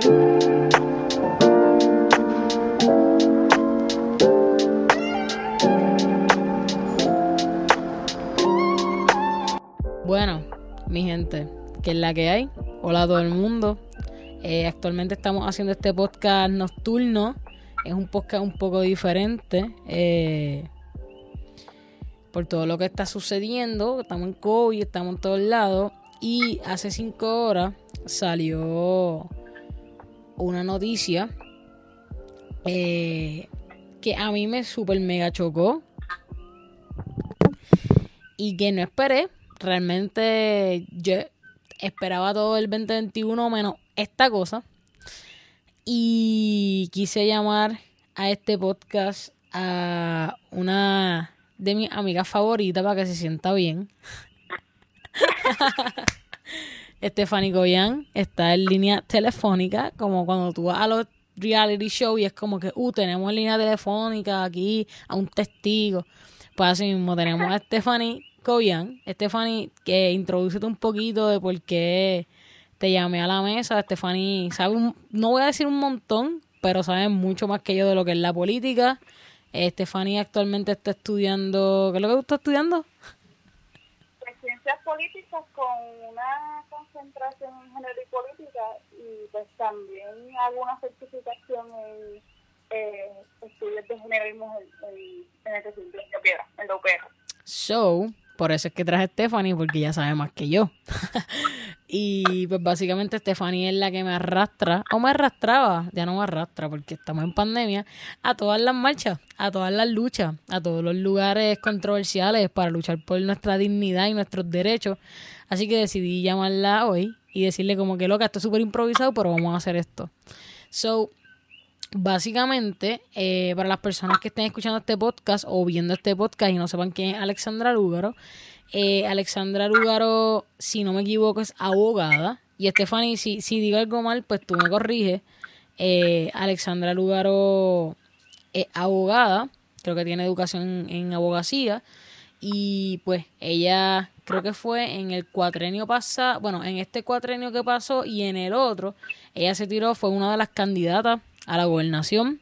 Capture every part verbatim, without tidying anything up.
Bueno, mi gente, ¿qué es la que hay? Hola a todo el mundo. Eh, actualmente estamos haciendo este podcast nocturno. Es un podcast un poco diferente eh, por todo lo que está sucediendo. Estamos en COVID, estamos en todos lados. Y hace cinco horas salió una noticia eh, que a mí me super mega chocó y que no esperé. Realmente yo esperaba todo el veinte veintiuno menos esta cosa. Y quise llamar a este podcast a una de mis amigas favoritas para que se sienta bien. Stephanie Goyan está en línea telefónica, como cuando tú vas a los reality shows y es como que, uh, tenemos en línea telefónica aquí a un testigo. Pues así mismo tenemos a Stephanie Goyan. Stephanie, que introdúcete un poquito de por qué te llamé a la mesa. Stephanie sabe, un, no voy a decir un montón, pero sabe mucho más que yo de lo que es la política. Eh, Stephanie actualmente está estudiando, ¿qué es lo que tú estás estudiando? Pues ciencias políticas con una concentración en género y política, y pues también hago una certificación en eh, estudios de género y mujer en, en el recinto de Piedra, en la U P R. So, por eso es que traje a Stephanie, porque ella sabe más que yo. Y pues básicamente Stephanie es la que me arrastra, o me arrastraba, ya no me arrastra porque estamos en pandemia, a todas las marchas, a todas las luchas, a todos los lugares controversiales para luchar por nuestra dignidad y nuestros derechos. Así que decidí llamarla hoy y decirle como que, loca, esto es súper improvisado, pero vamos a hacer esto. So, básicamente, eh, para las personas que estén escuchando este podcast o viendo este podcast y no sepan quién es Alexandra Lúgaro, eh, Alexandra Lúgaro, si no me equivoco, es abogada. Y Stephanie, si, si digo algo mal, pues tú me corriges. Eh, Alexandra Lúgaro es abogada, creo que tiene educación en, en abogacía. Y pues ella, creo que fue en el cuatrenio pasado, bueno, en este cuatrenio que pasó y en el otro, ella se tiró, fue una de las candidatas a la gobernación.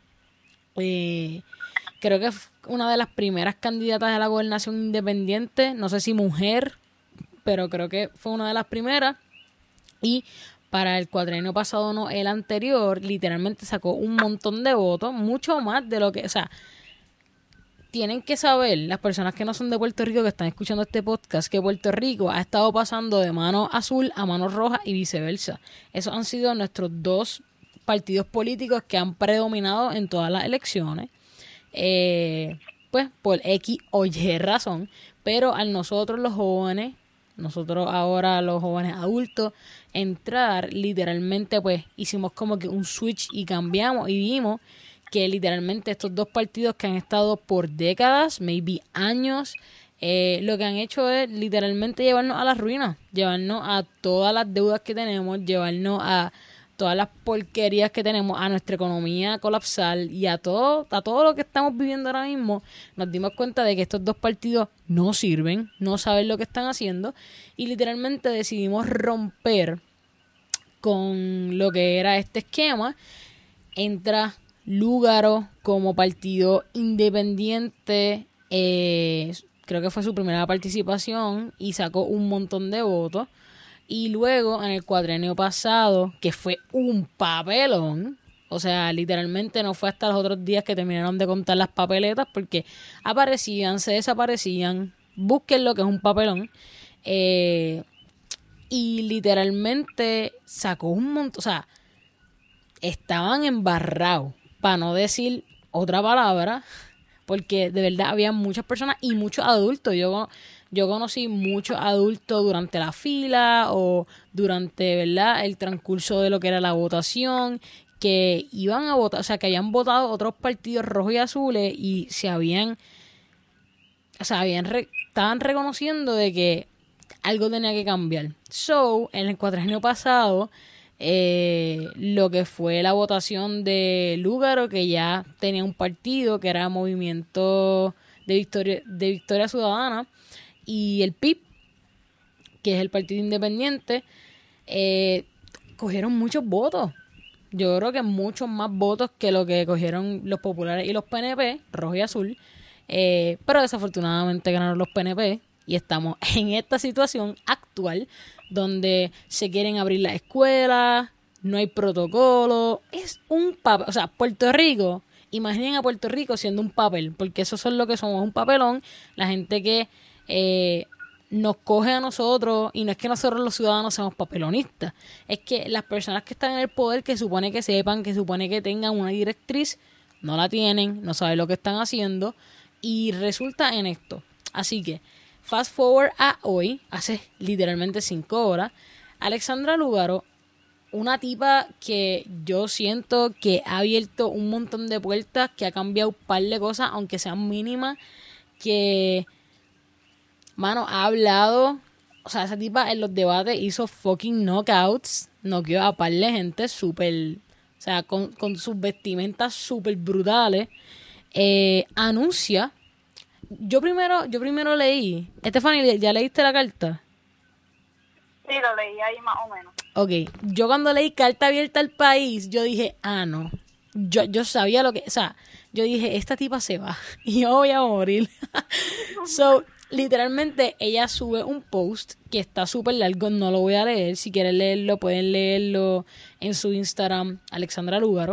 Eh, creo que fue una de las primeras candidatas a la gobernación independiente, no sé si mujer, pero creo que fue una de las primeras. Y para el cuatrenio pasado, no, el anterior, literalmente sacó un montón de votos, mucho más de lo que, o sea, tienen que saber, las personas que no son de Puerto Rico, que están escuchando este podcast, que Puerto Rico ha estado pasando de mano azul a mano roja y viceversa. Esos han sido nuestros dos partidos políticos que han predominado en todas las elecciones, eh, pues por X o Y razón, pero al nosotros los jóvenes, nosotros ahora los jóvenes adultos, entrar, literalmente pues hicimos como que un switch y cambiamos y vimos que literalmente estos dos partidos que han estado por décadas, maybe años, eh, lo que han hecho es literalmente llevarnos a la ruina, llevarnos a todas las deudas que tenemos, llevarnos a todas las porquerías que tenemos, a nuestra economía colapsar y a todo, a todo lo que estamos viviendo ahora mismo. Nos dimos cuenta de que estos dos partidos no sirven, no saben lo que están haciendo y literalmente decidimos romper con lo que era este esquema. Entra Lúgaro como partido independiente, eh, creo que fue su primera participación y sacó un montón de votos. Y luego en el cuatrenio pasado, que fue un papelón, o sea, literalmente no fue hasta los otros días que terminaron de contar las papeletas porque aparecían, se desaparecían, busquen lo que es un papelón, eh, y literalmente sacó un montón, o sea, estaban embarrados, para no decir otra palabra, porque de verdad había muchas personas y muchos adultos. Yo Yo conocí muchos adultos durante la fila o durante, ¿verdad?, el transcurso de lo que era la votación, que iban a votar, o sea, que habían votado otros partidos rojos y azules y se habían, o sea, habían re, estaban reconociendo de que algo tenía que cambiar. So, en el cuatrenio pasado, eh, lo que fue la votación de Lúgaro, que ya tenía un partido que era Movimiento de Victoria, de Victoria Ciudadana, y el P I B, que es el Partido Independiente, eh, cogieron muchos votos. Yo creo que muchos más votos que lo que cogieron los populares y los P N P, rojo y azul. Eh, pero desafortunadamente ganaron los P N P y estamos en esta situación actual donde se quieren abrir las escuelas, no hay protocolo, es un papel. O sea, Puerto Rico, imaginen a Puerto Rico siendo un papel, porque eso es lo que somos, un papelón. La gente que eh, nos coge a nosotros, y no es que nosotros los ciudadanos seamos papelonistas, es que las personas que están en el poder, que supone que sepan, que supone que tengan una directriz, no la tienen, no saben lo que están haciendo, y resulta en esto. Así que, fast forward a hoy, hace literalmente cinco horas, Alexandra Lúgaro, una tipa que yo siento que ha abierto un montón de puertas, que ha cambiado un par de cosas, aunque sean mínimas, que, mano, ha hablado. O sea, esa tipa en los debates hizo fucking knockouts, noqueó a par de gente súper, o sea, con, con sus vestimentas súper brutales. Eh, anuncia. Yo primero, yo primero leí. Estefany, ¿ya leíste la carta? Sí, lo leí ahí más o menos. Ok, yo cuando leí Carta Abierta al País, yo dije, ah, no. Yo, yo sabía lo que, o sea, yo dije, esta tipa se va y yo voy a morir. So, literalmente, ella sube un post que está súper largo, no lo voy a leer. Si quieren leerlo, pueden leerlo en su Instagram, Alexandra Lúgaro.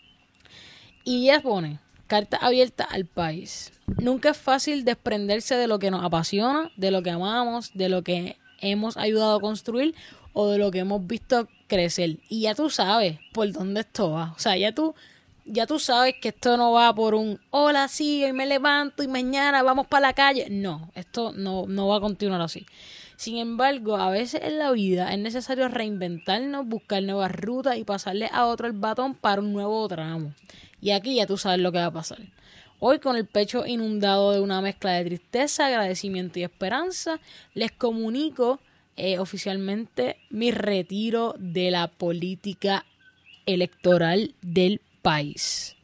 Y ella pone, Carta Abierta al País. Nunca es fácil desprenderse de lo que nos apasiona, de lo que amamos, de lo que hemos ayudado a construir o de lo que hemos visto crecer. Y ya tú sabes por dónde esto va. O sea, ya tú, ya tú sabes que esto no va por un hola, sí, hoy me levanto y mañana vamos para la calle. No, esto no, no va a continuar así. Sin embargo, a veces en la vida es necesario reinventarnos, buscar nuevas rutas y pasarle a otro el batón para un nuevo tramo. Y aquí ya tú sabes lo que va a pasar. Hoy, con el pecho inundado de una mezcla de tristeza, agradecimiento y esperanza, les comunico eh, oficialmente mi retiro de la política electoral del país.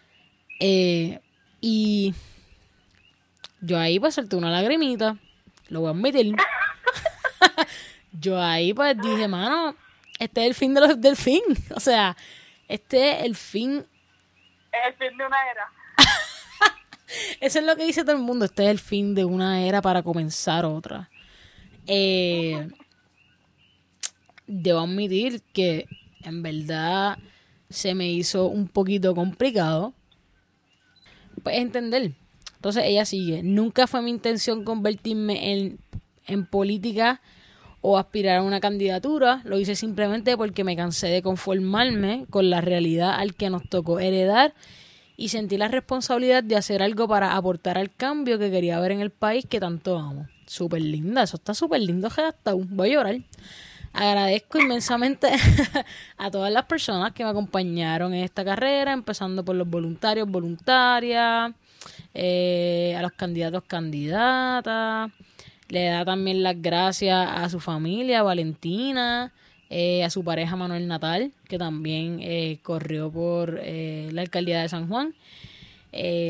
Eh, y yo ahí pues solté una lagrimita, lo voy a admitir. Yo ahí pues dije, mano, este es el fin de los, del fin. O sea, este es el fin. Es el fin de una era. Eso es lo que dice todo el mundo. Este es el fin de una era para comenzar otra. Eh, debo admitir que en verdad se me hizo un poquito complicado pues entender. Entonces ella sigue. Nunca fue mi intención convertirme en, en política o aspirar a una candidatura. Lo hice simplemente porque me cansé de conformarme con la realidad al que nos tocó heredar y sentí la responsabilidad de hacer algo para aportar al cambio que quería ver en el país que tanto amo. Súper linda, eso está súper lindo, hasta voy a llorar. Agradezco inmensamente a todas las personas que me acompañaron en esta carrera, empezando por los voluntarios, voluntarias, eh, a los candidatos, candidatas. Le da también las gracias a su familia, Valentina, eh, a su pareja Manuel Natal, que también eh, corrió por eh, la alcaldía de San Juan. Eh,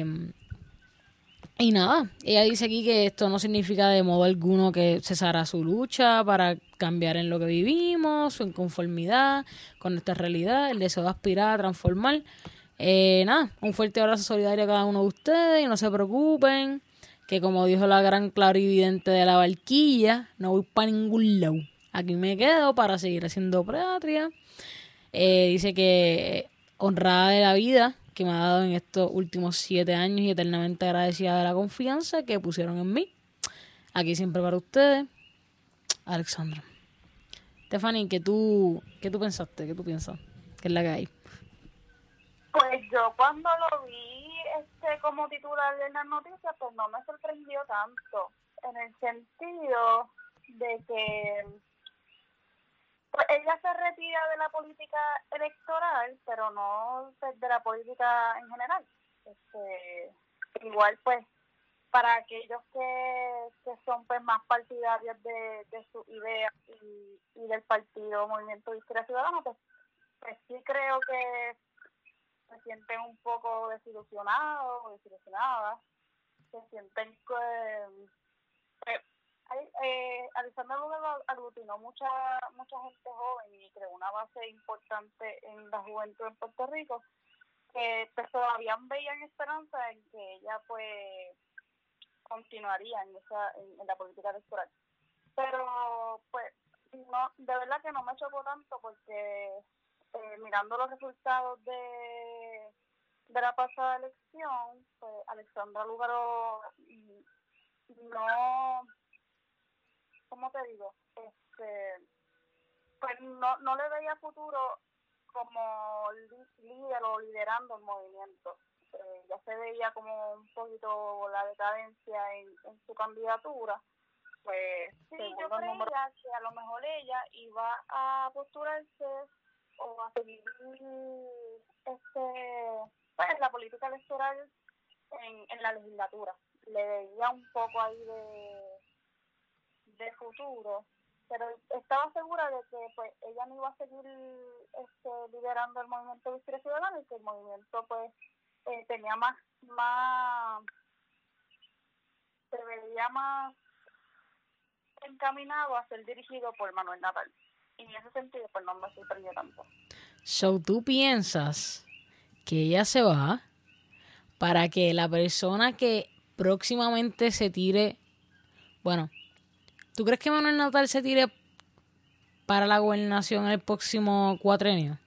y nada, ella dice aquí que esto no significa de modo alguno que cesará su lucha para cambiar en lo que vivimos, su inconformidad con nuestra realidad, el deseo de aspirar a transformar. Eh, nada, un fuerte abrazo solidario a cada uno de ustedes y no se preocupen, que como dijo la gran clarividente de la barquilla, no voy para ningún lado. Aquí me quedo para seguir haciendo patria. Eh, dice que honrada de la vida que me ha dado en estos últimos siete años y eternamente agradecida de la confianza que pusieron en mí. Aquí siempre para ustedes, Alexandra. Estefany, ¿qué tú, qué tú pensaste? ¿Qué tú piensas? ¿Qué es la que hay? Pues yo cuando lo vi este como titular de las noticias, pues no me sorprendió tanto, en el sentido de que pues ella se retira de la política electoral, pero no pues, de la política en general. Este, igual pues para aquellos que, que son pues más partidarios de, de sus ideas y, y del partido Movimiento de Izquierda Ciudadana, pues, pues sí creo que se sienten un poco desilusionados o desilusionadas, se sienten que eh, eh, Alexandra Lúgaro aglutinó mucha mucha gente joven y creó una base importante en la juventud en Puerto Rico, que pues todavía veían esperanza en que ella pues continuaría en esa en, en la política electoral. Pero pues no, de verdad que no me chocó tanto porque eh, mirando los resultados de de la pasada elección, pues Alexandra Lúgaro no, ¿cómo te digo? Este, pues no, no le veía futuro como líder o liderando el movimiento. Eh, ya se veía como un poquito la decadencia en, en su candidatura. Pues sí, yo creía números, que a lo mejor ella iba a postularse o a seguir este pues la política electoral en, en la legislatura. Le veía un poco ahí de, de futuro, pero estaba segura de que pues ella no iba a seguir este, liderando el movimiento Victoria Ciudadana y que el movimiento pues eh, tenía más, más, se veía más encaminado a ser dirigido por Manuel Natal. Y en ese sentido pues no me sorprendió tanto. So, ¿tú piensas que ella se va para que la persona que próximamente se tire, bueno, ¿tú crees que Manuel Natal se tire para la gobernación en el próximo cuatrenio?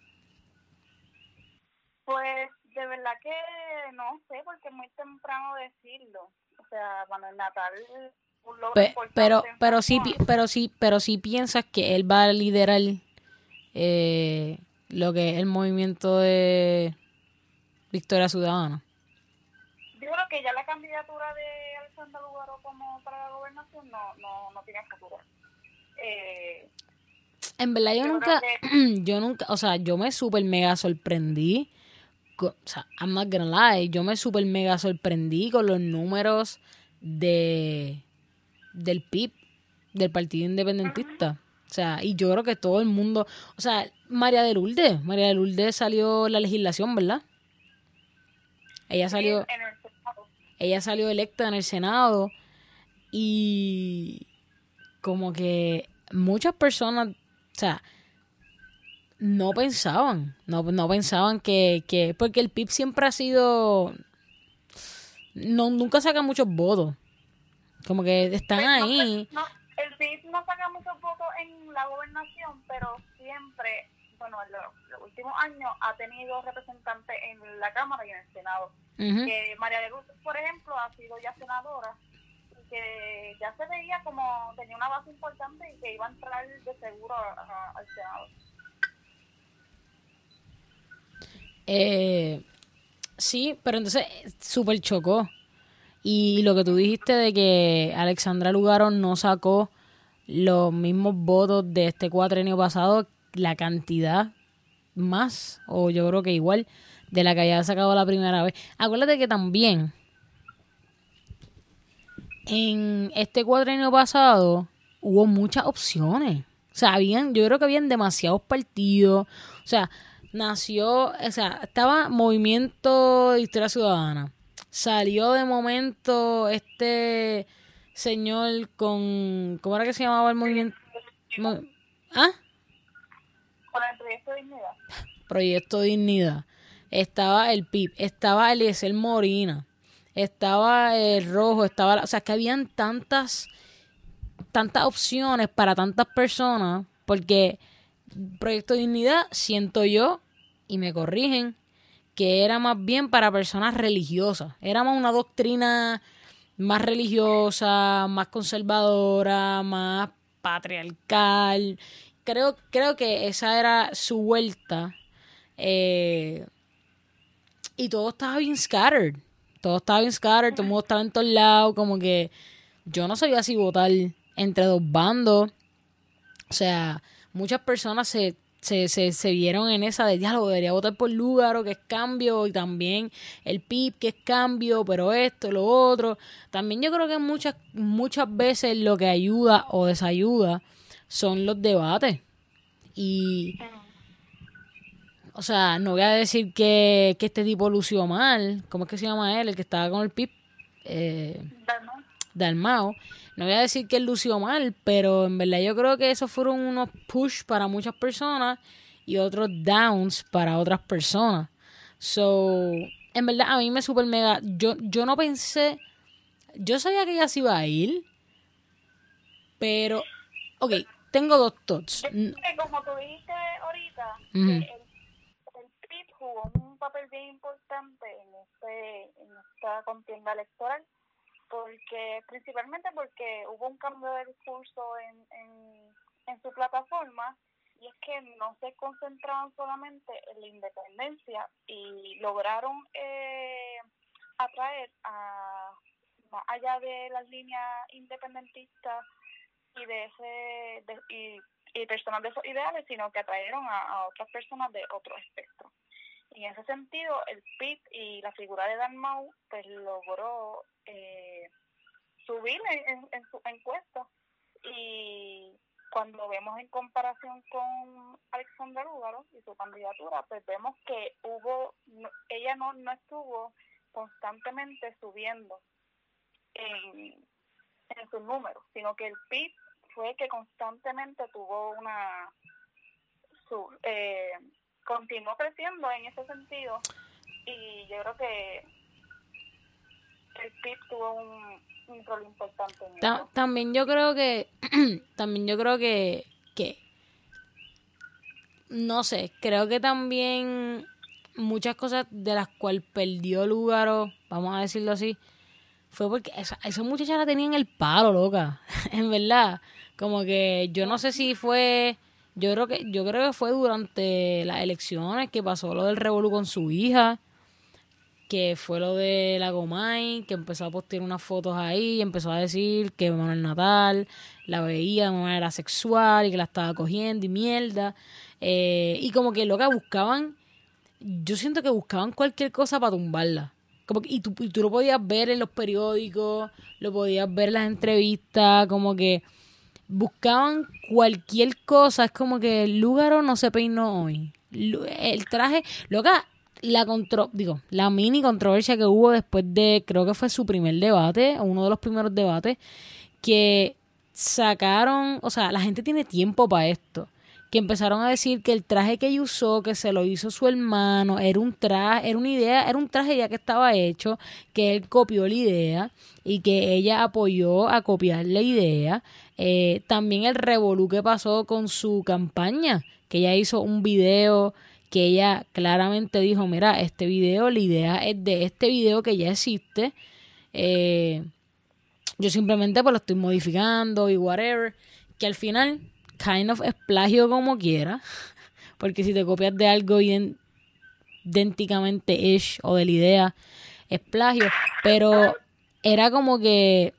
Pues de verdad que no sé, porque es muy temprano decirlo. O sea, Manuel Natal un logro Pe- importante pero en pero San sí Juan. pi- pero sí pero sí piensas que él va a liderar eh, lo que es el movimiento de Victoria Ciudadana. Yo creo que ya la candidatura de Alexandra Lúgaro como para la gobernación no no no tiene futuro. Eh, En verdad yo, yo nunca creo que yo nunca, o sea, yo me super mega sorprendí, con- o sea, I'm not gonna lie, yo me super mega sorprendí con los números de del P I B, del Partido Independentista. O sea, y yo creo que todo el mundo, o sea, María de Lourdes, María de Lourdes salió la legislación, ¿verdad? Ella sí, salió en el Senado. ella salió electa en el Senado y como que muchas personas, o sea, no pensaban, no, no pensaban que, que, porque el P I B siempre ha sido, no, nunca saca muchos votos, como que están Pues no, ahí. no, el P I B no saca muchos votos en la gobernación, pero siempre, bueno, en los, los últimos años ha tenido representantes en la Cámara y en el Senado. Uh-huh. Que María de Lourdes, por ejemplo, ha sido ya senadora y que ya se veía como tenía una base importante y que iba a entrar de seguro a, a, al Senado. Eh, sí, pero entonces súper chocó. Y lo que tú dijiste de que Alexandra Lúgaro no sacó los mismos votos de este cuatrenio pasado, la cantidad más, o yo creo que igual, de la que había sacado la primera vez. Acuérdate que también en este cuatrenio pasado hubo muchas opciones. O sea, habían, yo creo que habían demasiados partidos. O sea, nació, o sea, estaba Movimiento de Historia Ciudadana. Salió de momento este señor con, ¿cómo era que se llamaba el movimiento? Mo- ¿Ah? Con el Proyecto de Dignidad. Proyecto Dignidad. Estaba el P I B, estaba Eliezer Molina, estaba el Rojo, estaba, la, o sea, que habían tantas tantas opciones para tantas personas, porque Proyecto Dignidad, siento yo, y me corrigen, que era más bien para personas religiosas. Era más una doctrina más religiosa, más conservadora, más patriarcal. Creo, creo que esa era su vuelta. Eh, y todo estaba bien scattered. Todo estaba bien scattered, todo el mundo estaba en todos lados, como que yo no sabía si votar entre dos bandos. O sea, muchas personas se, se, se, se vieron en esa de diálogo, debería votar por Lúgaro, que es cambio, y también el P I B, que es cambio, pero esto, lo otro. También yo creo que muchas, muchas veces lo que ayuda o desayuda son los debates. Y, o sea, no voy a decir que, que este tipo lució mal. ¿Cómo es que se llama él? El que estaba con el P I B. Eh, Dalmau. Dalmau. No voy a decir que él lució mal, pero en verdad yo creo que esos fueron unos push para muchas personas y otros downs para otras personas. So, en verdad a mí me super mega... Yo, yo no pensé... Yo sabía que ella se iba a ir, pero... Ok, tengo dos thoughts. Yo creo que como tú dijiste ahorita, Uh-huh. que el, el P I B jugó un papel bien importante en, este, en esta contienda electoral, porque principalmente porque hubo un cambio de discurso en, en, en su plataforma, y es que no se concentraban solamente en la independencia y lograron eh, atraer a más allá de las líneas independentistas y de ese de, y, y personas de esos ideales, sino que atrajeron a, a otras personas de otro espectro. Y en ese sentido, el P I B y la figura de Dalmau pues logró eh, subir en, en, en su encuesta, y cuando vemos en comparación con Alexandra Lúgaro y su candidatura, pues vemos que hubo no, ella no, no estuvo constantemente subiendo en, en sus números, sino que el P I B fue que constantemente tuvo una su, eh, continuó creciendo en ese sentido, y yo creo que el P I B tuvo un, un rol importante en Ta- eso. También yo creo que también yo creo que que no sé, creo que también muchas cosas de las cuales perdió Lúgaro, vamos a decirlo así, fue porque esa, esa muchacha la tenía en el palo, loca. En verdad. Como que yo no sé si fue. Yo creo que, yo creo que fue durante las elecciones que pasó lo del revolú con su hija. Que fue lo de la Gomay, que empezó a postear unas fotos ahí y empezó a decir que Manuel Natal la veía de manera sexual y que la estaba cogiendo y mierda. Eh, y como que loca buscaban. Yo siento que buscaban cualquier cosa para tumbarla. Como que, y, tú, y tú lo podías ver en los periódicos, lo podías ver en las entrevistas, como que buscaban cualquier cosa. Es como que el Lúgaro no se peinó hoy. El traje, loca, la contro, digo, la mini controversia que hubo después de, creo que fue su primer debate, o uno de los primeros debates, que sacaron, o sea, la gente tiene tiempo para esto, que empezaron a decir que el traje que ella usó, que se lo hizo su hermano, era un traje, era una idea, era un traje ya que estaba hecho, que él copió la idea y que ella apoyó a copiar la idea. Eh, también el revolú que pasó con su campaña, que ella hizo un video que ella claramente dijo, mira, este video, la idea es de este video que ya existe, eh, yo simplemente pues lo estoy modificando y whatever, que al final kind of es plagio como quiera, porque si te copias de algo idénticamente ish o de la idea, es plagio, pero era como que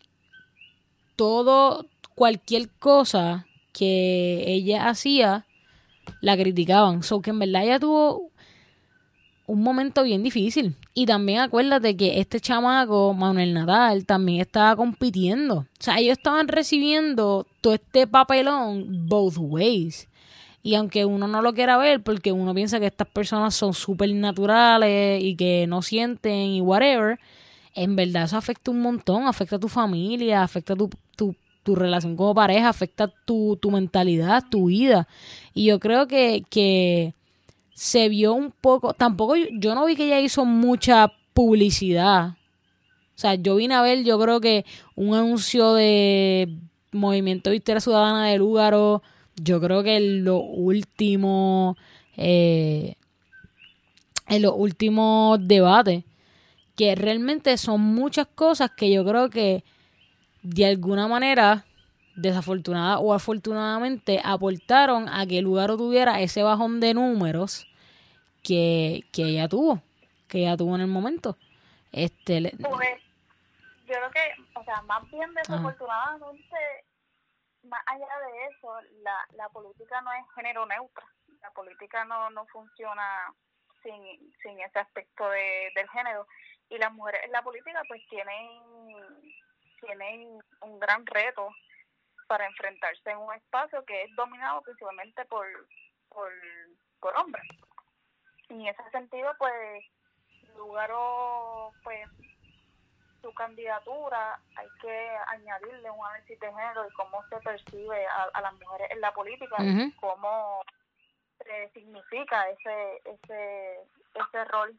todo, cualquier cosa que ella hacía, la criticaban, so que en verdad ella tuvo un momento bien difícil. Y también acuérdate que este chamaco, Manuel Natal, también estaba compitiendo. O sea, ellos estaban recibiendo todo este papelón both ways. Y aunque uno no lo quiera ver, porque uno piensa que estas personas son súper naturales y que no sienten y whatever, en verdad eso afecta un montón. Afecta a tu familia, afecta a tu, tu, tu relación como pareja, afecta tu, tu mentalidad, tu vida. Y yo creo que... que se vio un poco, tampoco yo, yo no vi que ella hizo mucha publicidad. O sea, yo vine a ver, yo creo que un anuncio de Movimiento Victoria Ciudadana de Lúgaro, yo creo que en los últimos eh, en los últimos debates, que realmente son muchas cosas que yo creo que de alguna manera, desafortunada o afortunadamente, aportaron a que Lúgaro tuviera ese bajón de números que, que ella tuvo, que ella tuvo en el momento. Este, le... Pues yo creo que, o sea, más bien desafortunadamente, Ajá. más allá de eso, la, la política no es género neutro. La política no, no funciona sin, sin ese aspecto de, del género. Y las mujeres en la política pues tienen, tienen un gran reto para enfrentarse en un espacio que es dominado principalmente por, por, por hombres. Y en ese sentido, pues, Lúgaro, pues, su candidatura hay que añadirle un análisis de género y cómo se percibe a, a las mujeres en la política, uh-huh. y cómo se significa ese ese ese rol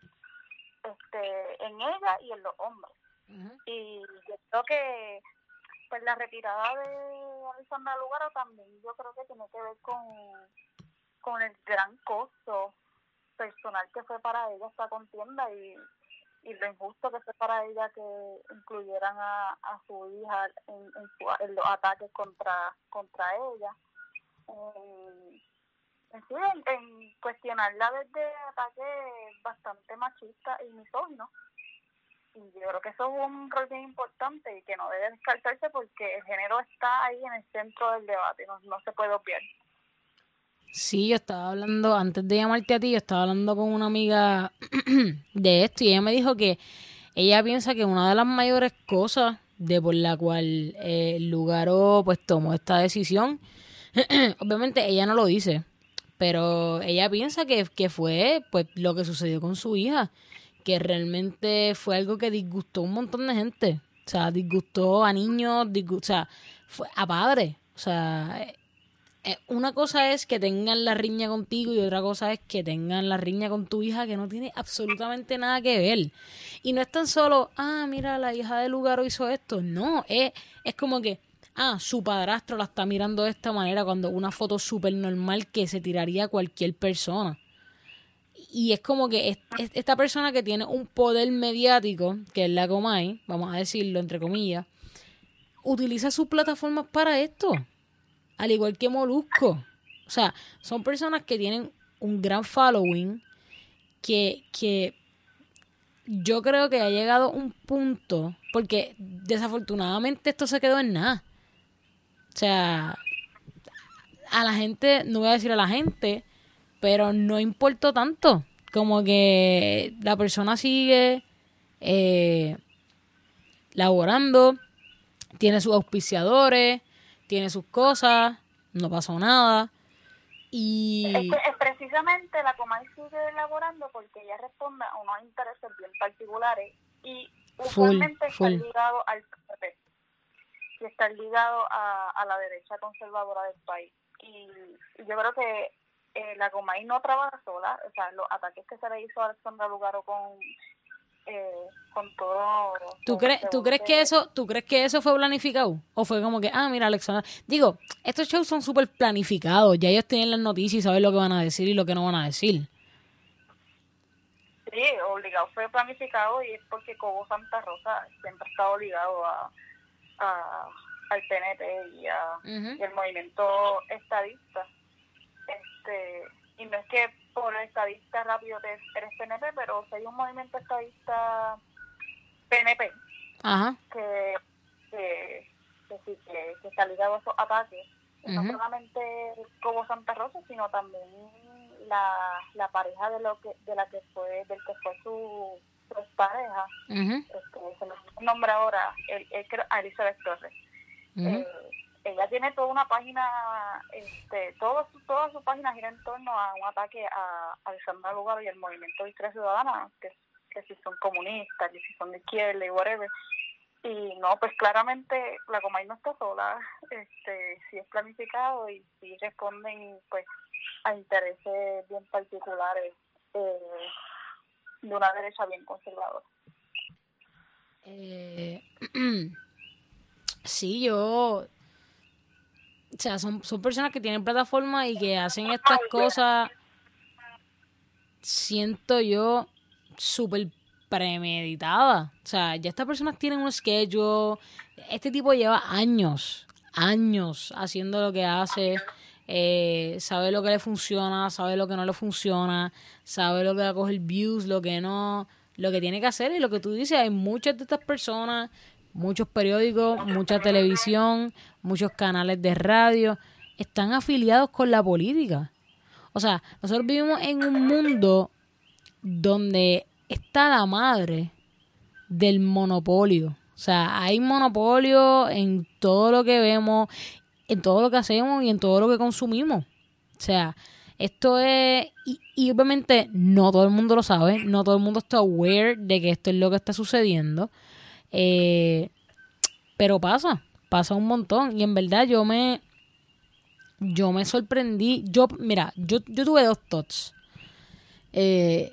este en ella y en los hombres. Uh-huh. Y yo creo que pues la retirada de Alexandra Lúgaro también yo creo que tiene que ver con, con el gran costo personal que fue para ella esta contienda y y lo injusto que fue para ella que incluyeran a, a su hija en, en, su, en los ataques contra contra ella, en, en, sí, en, en cuestionarla desde ataques bastante machistas y misóginos. Y yo creo que eso es un rol bien importante y que no debe descartarse porque el género está ahí en el centro del debate, no, no se puede obviar. Sí, yo estaba hablando, antes de llamarte a ti, yo estaba hablando con una amiga de esto y ella me dijo que ella piensa que una de las mayores cosas de por la cual eh, Lúgaro pues tomó esta decisión, obviamente ella no lo dice, pero ella piensa que, que fue pues lo que sucedió con su hija, que realmente fue algo que disgustó a un montón de gente, o sea, disgustó a niños, disgustó, o sea, fue a padres, o sea... Una cosa es que tengan la riña contigo y otra cosa es que tengan la riña con tu hija, que no tiene absolutamente nada que ver. Y no es tan solo, ah, mira, la hija de Lúgaro hizo esto. No, es, es como que, ah, su padrastro la está mirando de esta manera cuando una foto súper normal que se tiraría a cualquier persona. Y es como que es, es, esta persona que tiene un poder mediático, que es la Comay, vamos a decirlo entre comillas, utiliza sus plataformas para esto. Al igual que Molusco. O sea, son personas que tienen un gran following que, que yo creo que ha llegado un punto, porque desafortunadamente esto se quedó en nada. O sea, a la gente, no voy a decir a la gente, pero no importó tanto. Como que la persona sigue eh, laborando, tiene sus auspiciadores, tiene sus cosas, no pasó nada. Y es que es precisamente la Comay sigue elaborando porque ella responde a unos intereses bien particulares y usualmente full, full. están ligados al P P y están ligados a, a la derecha conservadora del país. Y, y yo creo que eh, la Comay no trabaja sola, o sea, los ataques que se le hizo a Alexandra Lúgaro con Eh, con todo. ¿Tú crees, ¿tú crees que eso, tú crees que eso fue planificado? ¿O fue como que, ah, mira, Alexandra? Digo, estos shows son súper planificados. Ya ellos tienen las noticias y saben lo que van a decir y lo que no van a decir. Sí, obligado fue planificado y es porque Cobo Santa Rosa siempre ha estado ligado a, a al P N P y, a, uh-huh. y al movimiento estadista. Este, y no es que por estadista rápido te eres P N P, pero si hay un movimiento estadista P N P, ajá, que, que, que sí, que, que está ligado a esos ataques, uh-huh. no solamente como Santa Rosa, sino también la, la pareja de lo que de la que fue, del que fue su, su pareja, uh-huh. este, se me nombra ahora, el, el, a Elizabeth Torres. Uh-huh. Eh, ella tiene toda una página, este, todo su, toda su página gira en torno a un ataque a Alexandra Lúgaro y el movimiento Victoria Ciudadana, que, que si son comunistas, que si son de izquierda y whatever. Y no, pues claramente la Comay no está sola, este, sí es planificado y sí responden pues a intereses bien particulares eh, de una derecha bien conservadora. Eh, sí, yo... O sea, son, son personas que tienen plataforma y que hacen estas cosas, siento yo, súper premeditadas. O sea, ya estas personas tienen un schedule. Este tipo lleva años, años haciendo lo que hace. Eh, sabe lo que le funciona, sabe lo que no le funciona, sabe lo que va a coger views, lo que no, lo que tiene que hacer. Y lo que tú dices, hay muchas de estas personas... Muchos periódicos, mucha televisión, muchos canales de radio están afiliados con la política. O sea, nosotros vivimos en un mundo donde está la madre del monopolio. O sea, hay monopolio en todo lo que vemos, en todo lo que hacemos y en todo lo que consumimos. O sea, esto es... Y, y obviamente no todo el mundo lo sabe, no todo el mundo está aware de que esto es lo que está sucediendo. Eh, pero pasa, pasa un montón. Y en verdad yo me, yo me sorprendí. Yo, mira, yo, yo tuve dos thoughts. Eh,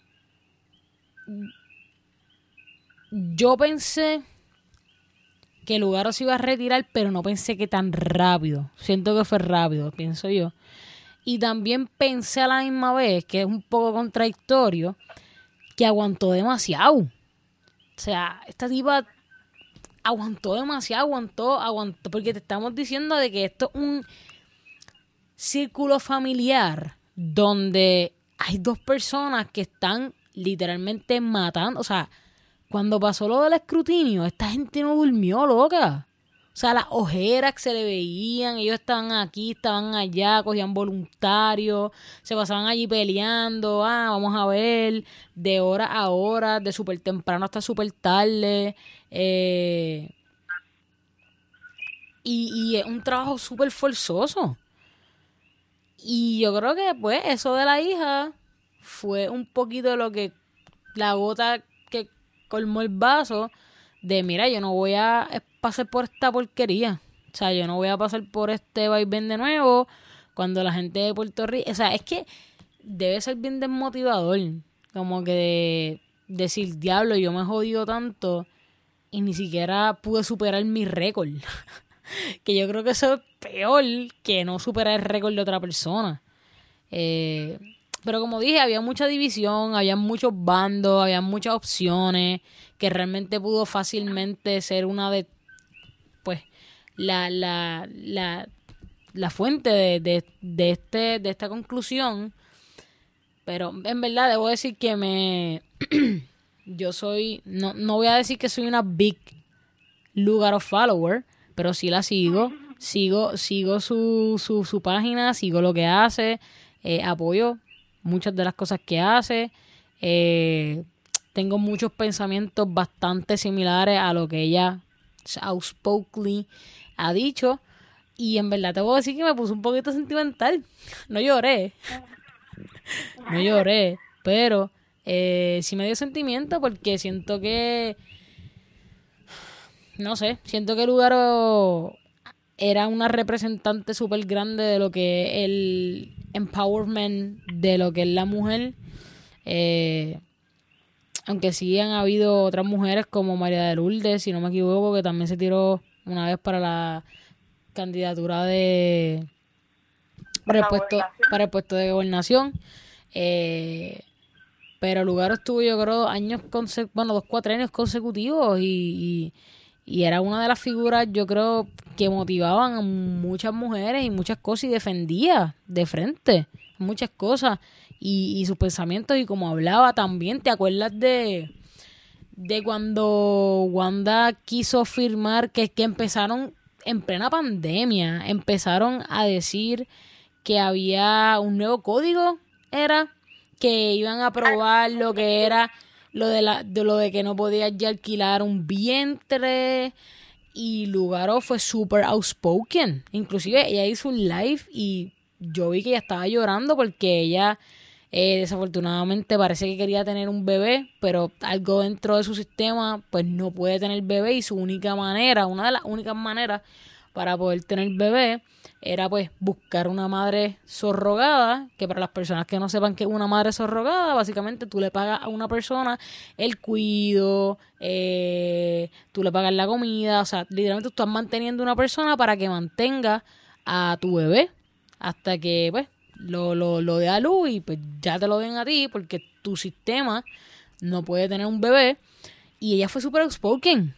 yo pensé que Lugaro se iba a retirar, pero no pensé que tan rápido. Siento que fue rápido, pienso yo. Y también pensé a la misma vez, que es un poco contradictorio, que aguantó demasiado. O sea, esta tipa aguantó demasiado, aguantó, aguantó, porque te estamos diciendo de que esto es un círculo familiar donde hay dos personas que están literalmente matando. O sea, cuando pasó lo del escrutinio, esta gente no durmió, loca. O sea, las ojeras que se le veían, ellos estaban aquí, estaban allá, cogían voluntarios, se pasaban allí peleando, ah, vamos a ver, de hora a hora, de súper temprano hasta súper tarde. Eh, y, y es un trabajo súper forzoso. Y yo creo que, pues, eso de la hija fue un poquito lo que, la gota que colmó el vaso de, mira, yo no voy a pasar por esta porquería. O sea, yo no voy a pasar por este vaivén de nuevo cuando la gente de Puerto Rico... O sea, es que debe ser bien desmotivador. Como que de decir, diablo, yo me he jodido tanto y ni siquiera pude superar mi récord. Que yo creo que eso es peor que no superar el récord de otra persona. Eh, pero como dije, había mucha división, había muchos bandos, había muchas opciones, que realmente pudo fácilmente ser una de, pues, la, la, la, la fuente de, de, de, este, de esta conclusión. Pero en verdad debo decir que me... yo soy... No, no voy a decir que soy una big Lugaro follower, pero sí la sigo. Sigo, sigo su, su, su página, sigo lo que hace, eh, apoyo muchas de las cosas que hace. Eh, tengo muchos pensamientos bastante similares a lo que ella outspokely ha dicho. Y en verdad te puedo decir que me puse un poquito sentimental. No lloré. No lloré. Pero eh, sí me dio sentimiento porque siento que... No sé, siento que Lugaro era una representante súper grande de lo que es el empowerment de lo que es la mujer. Eh, aunque sí han habido otras mujeres como María de Lourdes, si no me equivoco, que también se tiró una vez para la candidatura de... Para el puesto, para el puesto de gobernación. Eh, pero Lugaro estuvo, yo creo, años conse- bueno, dos cuatrenios consecutivos y... y Y era una de las figuras, yo creo, que motivaban a muchas mujeres y muchas cosas y defendía de frente muchas cosas y, y sus pensamientos y como hablaba también. ¿Te acuerdas de, de cuando Wanda quiso firmar que, que empezaron en plena pandemia? Empezaron a decir que había un nuevo código, era que iban a aprobar lo que era... Lo de, la, de lo de que no podías ya alquilar un vientre. Y Lugaro fue súper outspoken. Inclusive ella hizo un live y yo vi que ella estaba llorando porque ella eh, desafortunadamente parece que quería tener un bebé, pero algo dentro de su sistema pues no puede tener bebé y su única manera, una de las únicas maneras para poder tener bebé era pues buscar una madre surrogada, que para las personas que no sepan qué es una madre surrogada, básicamente tú le pagas a una persona el cuido, eh, tú le pagas la comida, o sea, literalmente tú estás manteniendo a una persona para que mantenga a tu bebé hasta que pues lo, lo, lo dé a luz y pues ya te lo den a ti porque tu sistema no puede tener un bebé. Y ella fue súper outspoken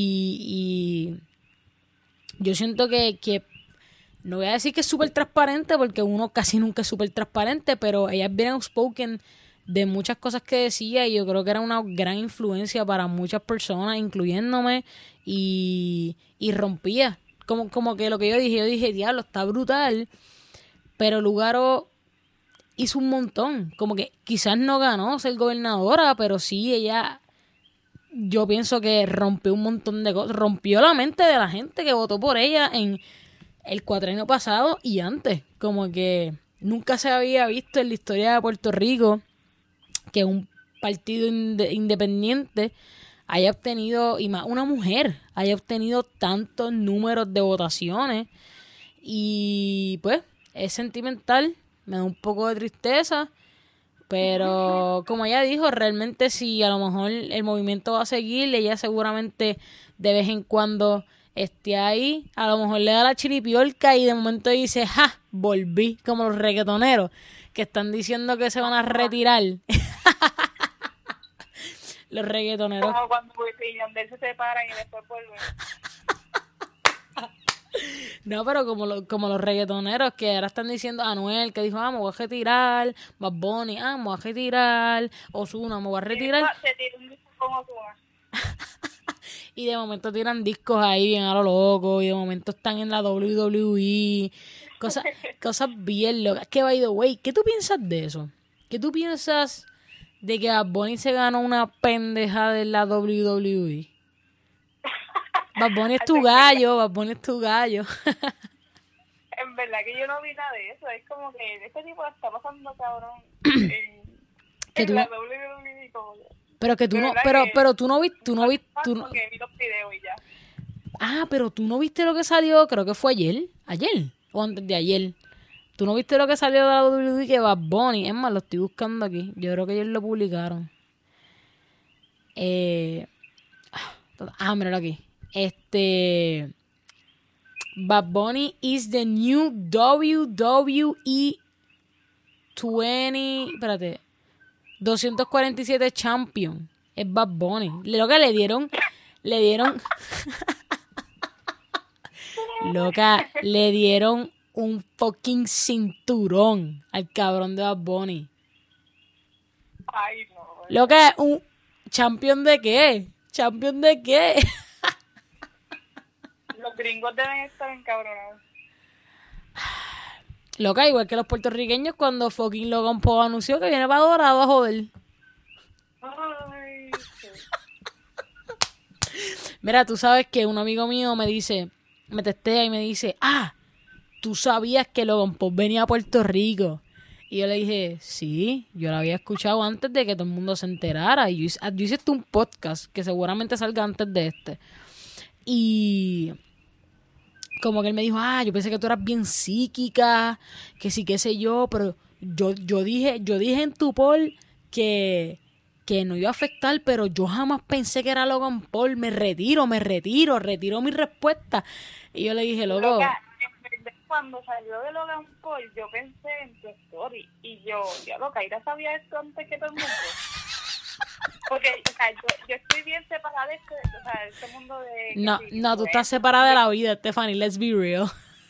y, y yo siento que, que no voy a decir que es súper transparente porque uno casi nunca es súper transparente, pero ella es bien outspoken de muchas cosas que decía y yo creo que era una gran influencia para muchas personas, incluyéndome, y, y rompía. Como, como que lo que yo dije, yo dije, diablo, está brutal, pero Lugaro hizo un montón. Como que quizás no ganó ser gobernadora, pero sí ella... Yo pienso que rompió un montón de cosas. Rompió la mente de la gente que votó por ella en... el cuatrienio pasado y antes, como que nunca se había visto en la historia de Puerto Rico que un partido inde- independiente haya obtenido, y más una mujer, haya obtenido tantos números de votaciones. Y pues es sentimental, me da un poco de tristeza, pero como ella dijo, realmente si a lo mejor el movimiento va a seguir, ella seguramente de vez en cuando esté ahí, a lo mejor le da la chiripiorca y de momento dice, ja, volví, como los reggaetoneros que están diciendo que se van a retirar. Los reggaetoneros. Como cuando Wisin y Yandel se separan y después vuelven. No, pero como, lo, como los reggaetoneros que ahora están diciendo, Anuel que dijo, ah, me voy a retirar, Bad Bunny, ah, me voy a retirar, Ozuna, me voy a retirar. Se tira un disco con Ozuna. Y de momento tiran discos ahí bien a lo loco, y de momento están en la doble u doble u E, cosas, cosas bien locas. Que, by the way, ¿qué tú piensas de eso? ¿Qué tú piensas de que Bad Bunny se ganó una pendeja de la doble u doble u E? Bad Bunny es tu gallo, Bad Bunny es tu gallo. En verdad que yo no vi nada de eso. Es como que este tipo está pasando cabrón en, que en tú, la doble u doble u E. Como, pero que tú no, pero, que, pero tú no viste, tú no viste, tú no. vi los videos y ya. Ah, pero tú no viste lo que salió, creo que fue ayer, ayer o antes de ayer. Tú no viste lo que salió de la doble u doble u E que Bad Bunny, es más, lo estoy buscando aquí. Yo creo que ellos lo publicaron. Eh, ah, míralo aquí. Este Bad Bunny is the new W W E veinte, espérate, doscientos cuarenta y siete champion. Es Bad Bunny. Lo que le dieron, le dieron, loca, le dieron un fucking cinturón al cabrón de Bad Bunny. Ay, no. Loca, un champion de qué? ¿Champion de qué? Los gringos deben estar encabronados. Loca, igual que los puertorriqueños cuando fucking Logan Paul anunció que viene para Dorado a joder. Ay, sí. Mira, tú sabes que un amigo mío me dice, me testea y me dice, ah, ¿tú sabías que Logan Paul venía a Puerto Rico? Y yo le dije, sí, yo lo había escuchado antes de que todo el mundo se enterara. Y yo hice, yo hice un podcast que seguramente salga antes de este. Y como que él me dijo, ah, yo pensé que tú eras bien psíquica, que sí, qué sé yo, pero yo, yo dije, yo dije en tu poll que, que no iba a afectar, pero yo jamás pensé que era Logan Paul. Me retiro, me retiro, retiro mi respuesta. Y yo le dije, loco. Loca, cuando salió de Logan Paul, yo pensé en tu story. Y yo, ya loca, ¿Ira sabía esto antes que todo el mundo? Porque, o sea, yo, yo estoy bien separada de este, o sea, de este mundo de... No, sí, no, tú pues, estás separada de la vida, Stephanie, let's be real.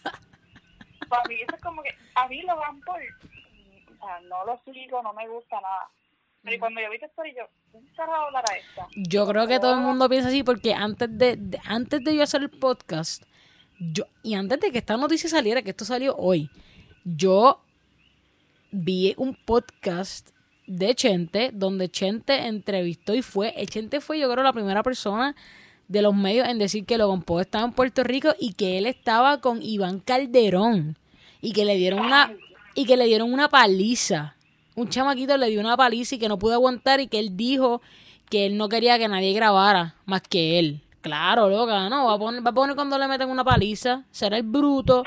Para mí eso es como que, a mí Logan Paul, o sea, no lo sigo, no me gusta nada. Pero cuando yo vi tu story, yo, ¿quién se va a hablar a esta? Yo creo que todo el mundo piensa así porque antes de, de antes de yo hacer el podcast, yo y antes de que esta noticia saliera, que esto salió hoy, yo vi un podcast de Chente, donde Chente entrevistó y fue, Chente fue yo creo la primera persona de los medios en decir que Logan Paul estaba en Puerto Rico y que él estaba con Iván Calderón y que le dieron una y que le dieron una paliza. Un chamaquito le dio una paliza y que no pudo aguantar y que él dijo que él no quería que nadie grabara más que él. Claro, loca, no, va a poner, va a poner cuando le meten una paliza, será el bruto.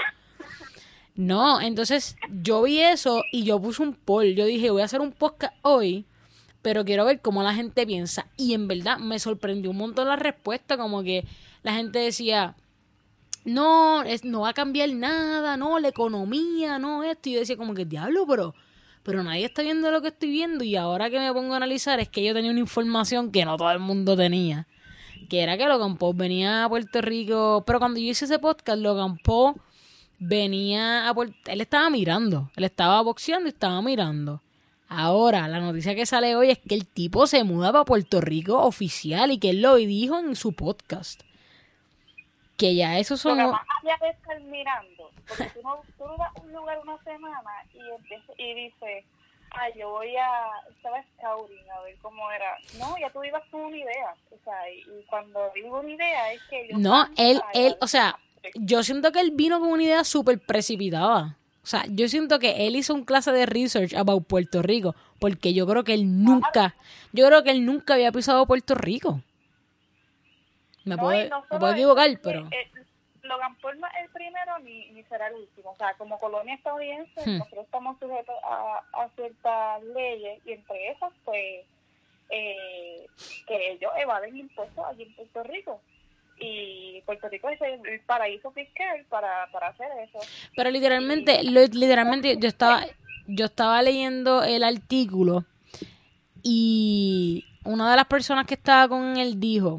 No, entonces yo vi eso y yo puse un poll. Yo dije, voy a hacer un podcast hoy, pero quiero ver cómo la gente piensa. Y en verdad me sorprendió un montón la respuesta, como que la gente decía, no, es, no va a cambiar nada, no, la economía, no esto. Y yo decía como que, diablo, pero, pero nadie está viendo lo que estoy viendo. Y ahora que me pongo a analizar es que yo tenía una información que no todo el mundo tenía, que era que Logan Paul venía a Puerto Rico. Pero cuando yo hice ese podcast, Logan Paul venía a Puerto... Él estaba mirando, él estaba boxeando y estaba mirando. Ahora, la noticia que sale hoy es que el tipo se muda para Puerto Rico oficial y que él lo dijo en su podcast. Que ya eso son... Pero más allá de estar mirando, porque tú no, tú no vas a un lugar una semana y, empiezas, y dices, ah, yo voy a... Estaba scouting a ver cómo era. No, ya tú ibas con una idea. O sea, y, y cuando digo una idea es que... Yo no, él, él, o sea... Yo siento que él vino con una idea súper precipitada. O sea, yo siento que él hizo un clase de research about Puerto Rico, porque yo creo que él nunca, yo creo que él nunca había pisado Puerto Rico. Me, no, puedo, no me puedo eso, equivocar, pero... Eh, Logan Paul no es el primero ni, ni será el último. O sea, como colonia estadounidense, hmm. nosotros estamos sujetos a, a ciertas leyes y entre esas, pues, eh, que ellos evaden impuestos aquí en Puerto Rico. Y Puerto Rico es el paraíso fiscal para, para hacer eso. Pero literalmente, y, lo, literalmente yo estaba, yo estaba leyendo el artículo y una de las personas que estaba con él dijo...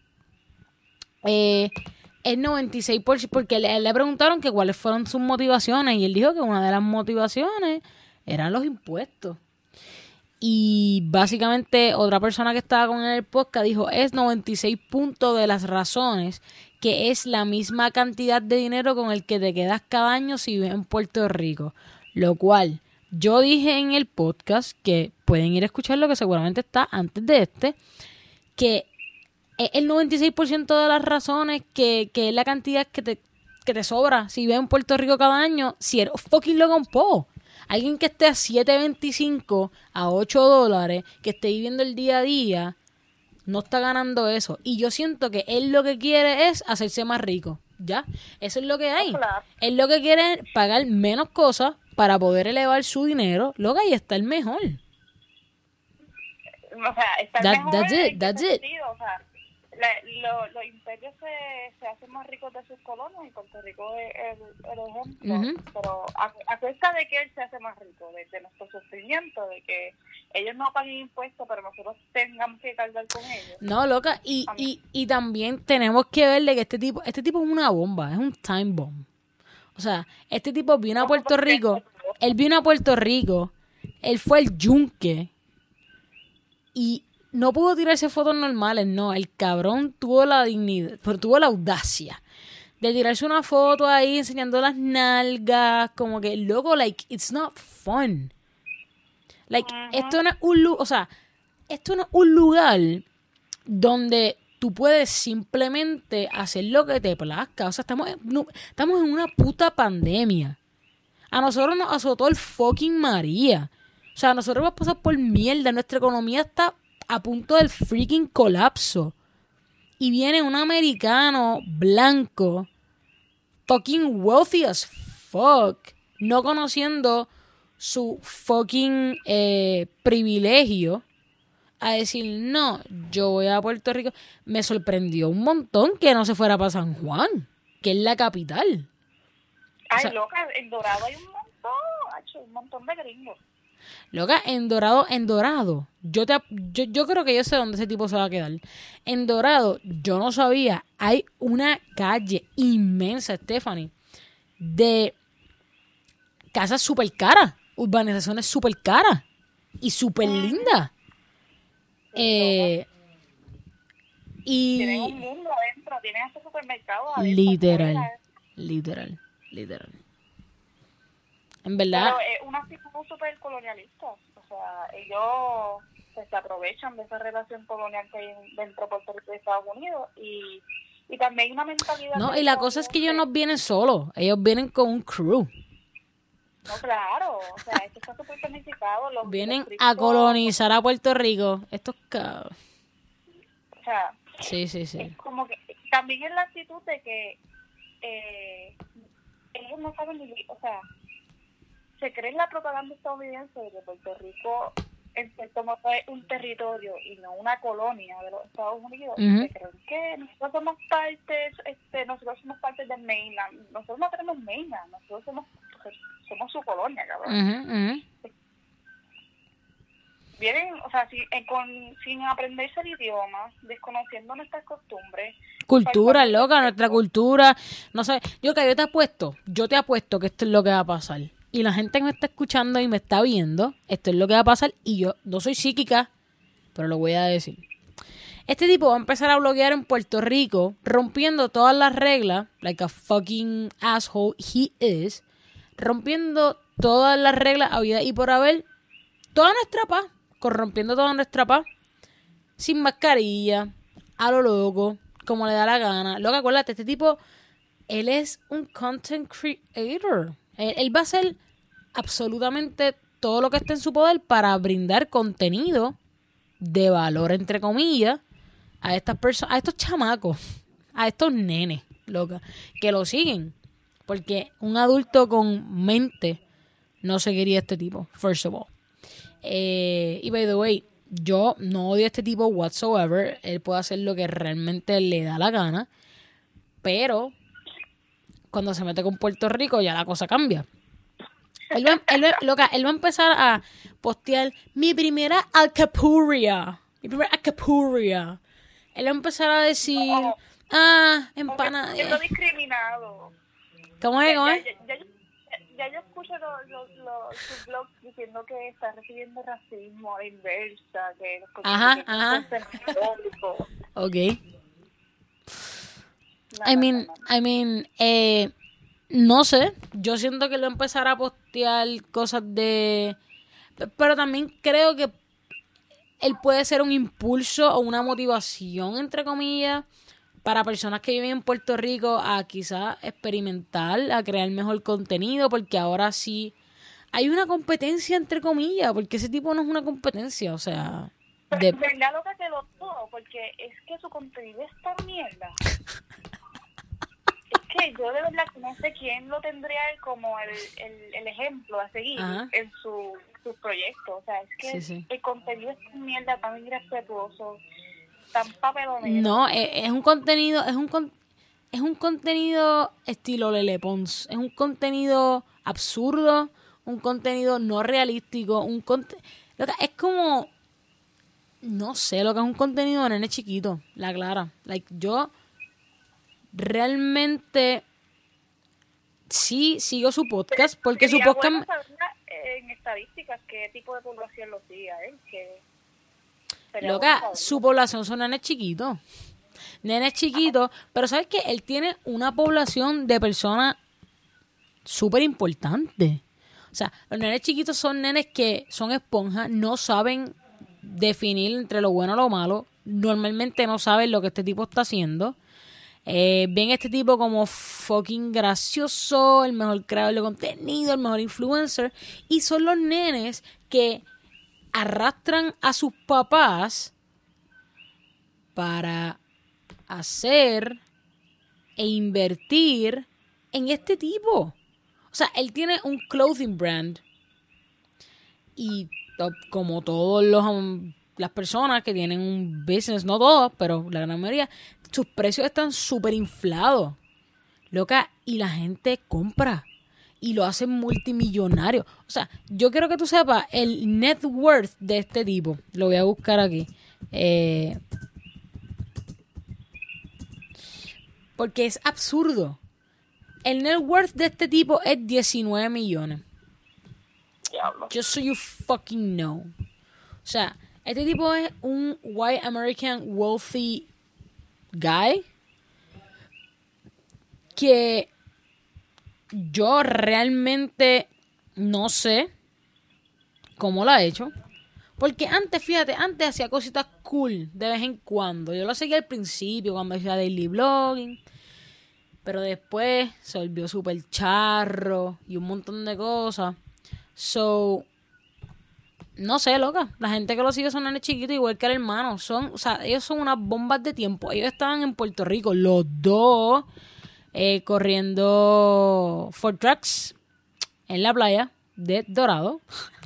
Eh, el noventa y seis por ciento, porque le, le preguntaron que cuáles fueron sus motivaciones y él dijo que una de las motivaciones eran los impuestos. Y básicamente otra persona que estaba con él en el podcast dijo, es noventa y seis puntos de las razones, que es la misma cantidad de dinero con el que te quedas cada año si vives en Puerto Rico. Lo cual yo dije en el podcast, que pueden ir a escucharlo, que seguramente está antes de este, que el noventa y seis por ciento de las razones que, que es la cantidad que te, que te sobra si vives en Puerto Rico cada año, si eres fucking Logan Paul. Alguien que esté a siete veinticinco, a ocho dólares, que esté viviendo el día a día, no está ganando eso. Y yo siento que él lo que quiere es hacerse más rico. ¿Ya? Eso es lo que hay. Claro. Él lo que quiere es pagar menos cosas para poder elevar su dinero. Lo que hay está el mejor. O sea, está el That, mejor. That's it, that's it. Sentido, o sea, La, lo, los imperios se, se hacen más ricos de sus colonias y Puerto Rico es el, el ejemplo. Uh-huh. Pero a, a cuesta de que él se hace más rico, de, de nuestro sufrimiento, de que ellos no paguen impuestos, pero nosotros tengamos que cargar con ellos. No, loca, y, y, y también tenemos que verle que este tipo, este tipo es una bomba, es un time bomb. O sea, este tipo vino a Puerto Rico, él vino a Puerto Rico, él fue el yunque y no pudo tirarse fotos normales, no. El cabrón tuvo la dignidad, pero tuvo la audacia de tirarse una foto ahí enseñando las nalgas, como que, loco, like, it's not fun. Like, uh-huh. esto no es un lugar, o sea, esto no es un lugar donde tú puedes simplemente hacer lo que te plazca. O sea, estamos en, no, estamos en una puta pandemia. A nosotros nos azotó el fucking María. O sea, nosotros vamos a pasar por mierda. Nuestra economía está a punto del freaking colapso. Y viene un americano blanco, fucking wealthy as fuck, no conociendo su fucking eh, privilegio, a decir, no, yo voy a Puerto Rico. Me sorprendió un montón que no se fuera para San Juan, que es la capital. Ay, o sea, loca, en Dorado hay un montón, un montón de gringos. Loca, en Dorado, en Dorado, yo, te, yo, yo creo que yo sé dónde ese tipo se va a quedar. En Dorado, yo no sabía, hay una calle inmensa, Stephanie, de casas súper caras, urbanizaciones súper caras y súper lindas. Eh, y tienen un mundo adentro, tienen hasta supermercados adentro. Literal, literal, literal. En verdad. Pero es una actitud súper colonialista. O sea, ellos pues, se aprovechan de esa relación colonial que hay dentro de Puerto Rico y Estados Unidos. Y, y también hay una mentalidad. No, y la cosa es que ellos no vienen solos. Ellos vienen con un crew. No, claro. O sea, esto está súper planificado. Los, vienen los a colonizar a Puerto Rico. Estos cabros. O sea, sí, sí, sí. Es como que también es la actitud de que eh, ellos no saben ni. O sea, se cree en la propaganda estadounidense de que Puerto Rico en cierto modo es un territorio y no una colonia de los Estados Unidos. Uh-huh. Se creen que nosotros somos parte, este, nosotros somos parte del mainland. Nosotros no tenemos mainland, nosotros somos somos su colonia, cabrón. Uh-huh, uh-huh. Vienen, o sea, sin, eh, con, sin aprenderse el idioma, desconociendo nuestras costumbres. Cultura, loca, nuestra cultura. No sé, yo que yo te apuesto, yo te apuesto que esto es lo que va a pasar. Y la gente que me está escuchando y me está viendo, esto es lo que va a pasar. Y yo no soy psíquica, pero lo voy a decir. Este tipo va a empezar a bloguear en Puerto Rico, rompiendo todas las reglas, like a fucking asshole he is, rompiendo todas las reglas a vida y por haber, toda nuestra paz, corrompiendo toda nuestra paz, sin mascarilla, a lo loco, como le da la gana. Loca, acuérdate, este tipo, él es un content creator. Él, él va a hacer absolutamente todo lo que esté en su poder para brindar contenido de valor, entre comillas, a estas personas, a estos chamacos, a estos nenes, loca, que lo siguen. Porque un adulto con mente no seguiría a este tipo, first of all. Eh, y by the way, yo no odio a este tipo whatsoever. Él puede hacer lo que realmente le da la gana. Pero cuando se mete con Puerto Rico ya la cosa cambia. Él va, él, va, loca, él va a empezar a postear mi primera alcapurria. Mi primera alcapurria. Él va a empezar a decir, ah, empanada. Siendo discriminado. ¿Cómo es? ¿Cómo ya, es? ya, ya, ya, ya yo escucho los lo, lo, sus blogs diciendo que está recibiendo racismo a la inversa, que los ajá, ajá. Ok. No, I mean, no, no. I mean, eh, no sé. Yo siento que lo empezará a postear cosas de... Pero también creo que él puede ser un impulso o una motivación, entre comillas, para personas que viven en Puerto Rico a quizás experimentar, a crear mejor contenido, porque ahora sí hay una competencia, entre comillas, porque ese tipo no es una competencia, o sea... De... ¿Verdad lo que te lo todo? Porque es que su contenido es tan mierda. Es que yo de verdad no sé quién lo tendría como el, el, el ejemplo a seguir Ajá. en su, su proyecto. O sea, es que sí, sí. el contenido es tan mierda, tan irrespetuoso, tan papelonero. No, es, es un contenido, es un con, es un contenido estilo Lele Pons. Es un contenido absurdo, un contenido no realístico, un conte- es como, no sé, lo que es un contenido de nene chiquito, la clara. Like, yo realmente sí sigo su podcast porque su podcast bueno saber en estadísticas qué tipo de población lo sigue él, que loca, su población son nenes chiquitos nenes chiquitos, pero sabes que él tiene una población de personas súper importante. O sea, los nenes chiquitos son nenes que son esponjas, no saben definir entre lo bueno y lo malo, normalmente no saben lo que este tipo está haciendo. Eh, ven este tipo como fucking gracioso, el mejor creador de contenido, el mejor influencer, y son los nenes que arrastran a sus papás para hacer e invertir en este tipo. O sea, él tiene un clothing brand y como todos los um, las personas que tienen un business, no todos, pero la gran mayoría, sus precios están súper inflados, loca, y la gente compra y lo hacen multimillonario. O sea, yo quiero que tú sepas el net worth de este tipo. Lo voy a buscar aquí. Eh, porque es absurdo. El net worth de este tipo es diecinueve millones. Diablo. Just so you fucking know. O sea, este tipo es un white American wealthy guy que yo realmente no sé cómo lo ha hecho. Porque antes, fíjate, antes hacía cositas cool de vez en cuando. Yo lo seguía al principio cuando hacía daily blogging. Pero después se volvió súper charro y un montón de cosas. So, no sé, loca. La gente que lo sigue son nenes chiquitos igual que el hermano. Son, o sea, ellos son unas bombas de tiempo. Ellos estaban en Puerto Rico, los dos, eh, corriendo Ford Trucks en la playa de Dorado.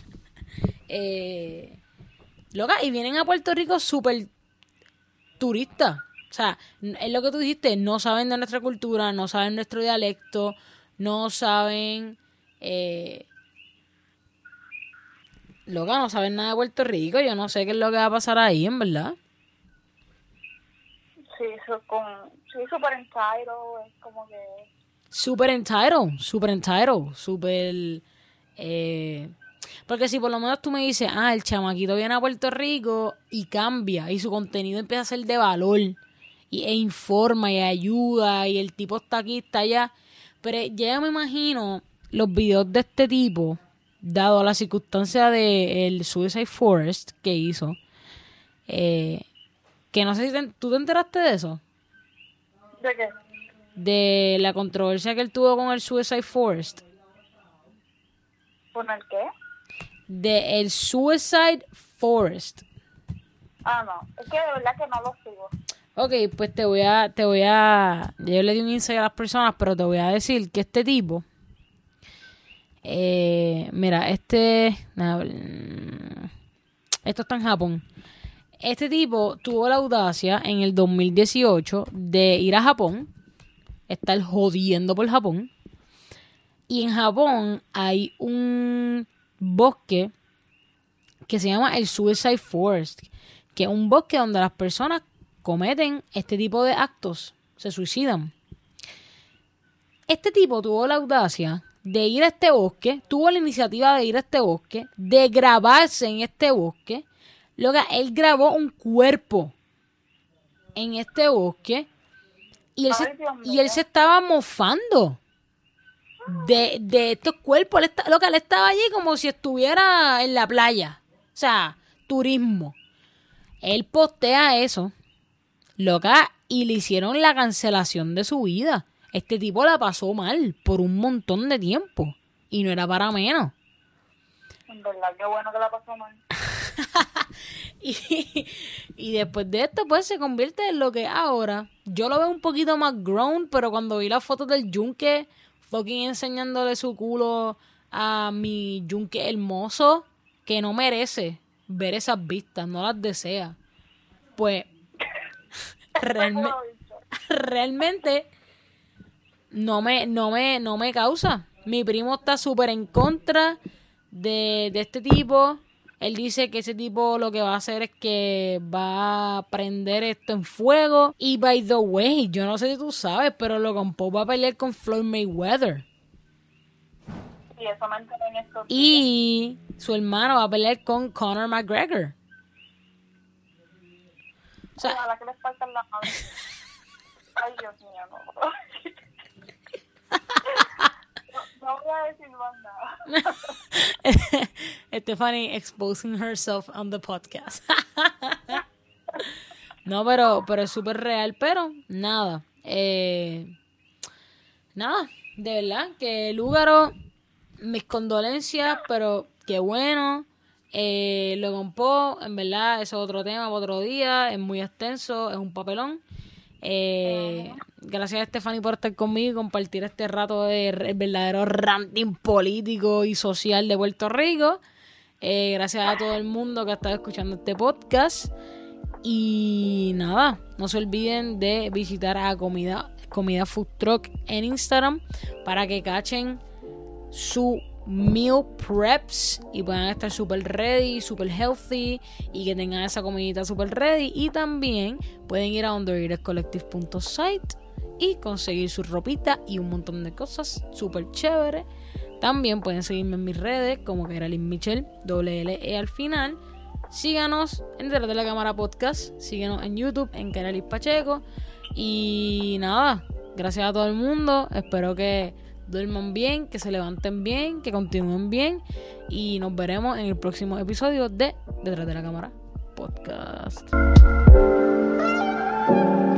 eh, loca, y vienen a Puerto Rico súper turistas. O sea, es lo que tú dijiste, no saben de nuestra cultura, no saben nuestro dialecto, no saben... Eh, loca, no saben nada de Puerto Rico. Yo no sé qué es lo que va a pasar ahí, en verdad. Sí, eso con... Sí, super entitled, es como que... Super entitled, super entitled, super... Eh, porque si por lo menos tú me dices, ah, el chamaquito viene a Puerto Rico y cambia, y su contenido empieza a ser de valor, y, e informa y ayuda, y el tipo está aquí, está allá. Pero ya me imagino los videos de este tipo, dado la circunstancia del Suicide Forest que hizo, eh, que no sé si te, tú te enteraste de eso. ¿De qué? De la controversia que él tuvo con el Suicide Forest. ¿Con el qué? De el Suicide Forest. Ah, no. Es que de verdad que no lo sigo. Ok, pues te voy a, te voy a, yo le di un insight a las personas, pero te voy a decir que este tipo, eh, mira, este, esto está en Japón. Este tipo tuvo la audacia en el dos mil dieciocho de ir a Japón, estar jodiendo por Japón, y en Japón hay un bosque que se llama el Suicide Forest, que es un bosque donde las personas cometen este tipo de actos, se suicidan. Este tipo tuvo la audacia de ir a este bosque, tuvo la iniciativa de ir a este bosque, de grabarse en este bosque. Luego él grabó un cuerpo en este bosque y él, Ay, se, Dios y mío. él se estaba mofando de, de estos cuerpos. Él está, loca, él estaba allí como si estuviera en la playa. O sea, turismo. Él postea eso, loca, y le hicieron la cancelación de su vida. Este tipo la pasó mal por un montón de tiempo y no era para menos. En verdad, qué bueno que la pasó mal. y, y después de esto, pues se convierte en lo que es ahora. Yo lo veo un poquito más grown, pero cuando vi las fotos del yunque, fucking enseñándole su culo a mi yunque hermoso, que no merece ver esas vistas, no las desea. Pues, realme, realmente, no me, no me, no me causa. Mi primo está súper en contra de, de este tipo. Él dice que ese tipo lo que va a hacer es que va a prender esto en fuego. Y by the way, yo no sé si tú sabes, pero Logan Paul va a pelear con Floyd Mayweather. Y eso me enteré en estos días. Y su hermano va a pelear con Conor McGregor. O sea, ojalá que les faltan las manos. Ay, Dios mío, no. no. No voy a decir más nada. Stephanie exposing herself on the podcast. No, pero, pero es súper real, pero nada. Eh, nada, de verdad, que Lugaro, mis condolencias, pero qué bueno. Eh, Logan Paul, en verdad, eso es otro tema para otro día, es muy extenso, es un papelón. Eh, gracias a Stephanie por estar conmigo y compartir este rato de el verdadero ranting político y social de Puerto Rico. Eh, gracias a todo el mundo que ha estado escuchando este podcast. Y nada, no se olviden de visitar a Comida, Comida Food Truck en Instagram para que cachen su meal preps y puedan estar super ready, super healthy y que tengan esa comidita super ready. Y también pueden ir a underrated collective punto site y conseguir su ropita y un montón de cosas super chévere. También pueden seguirme en mis redes como Keralyn Michelle, doble L E al final. Síganos en Detrás de la Cámara Podcast, síganos en YouTube en Keralyn Pacheco. Y nada, gracias a todo el mundo, espero que duerman bien, que se levanten bien, que continúen bien. Y nos veremos en el próximo episodio de Detrás de la Cámara Podcast.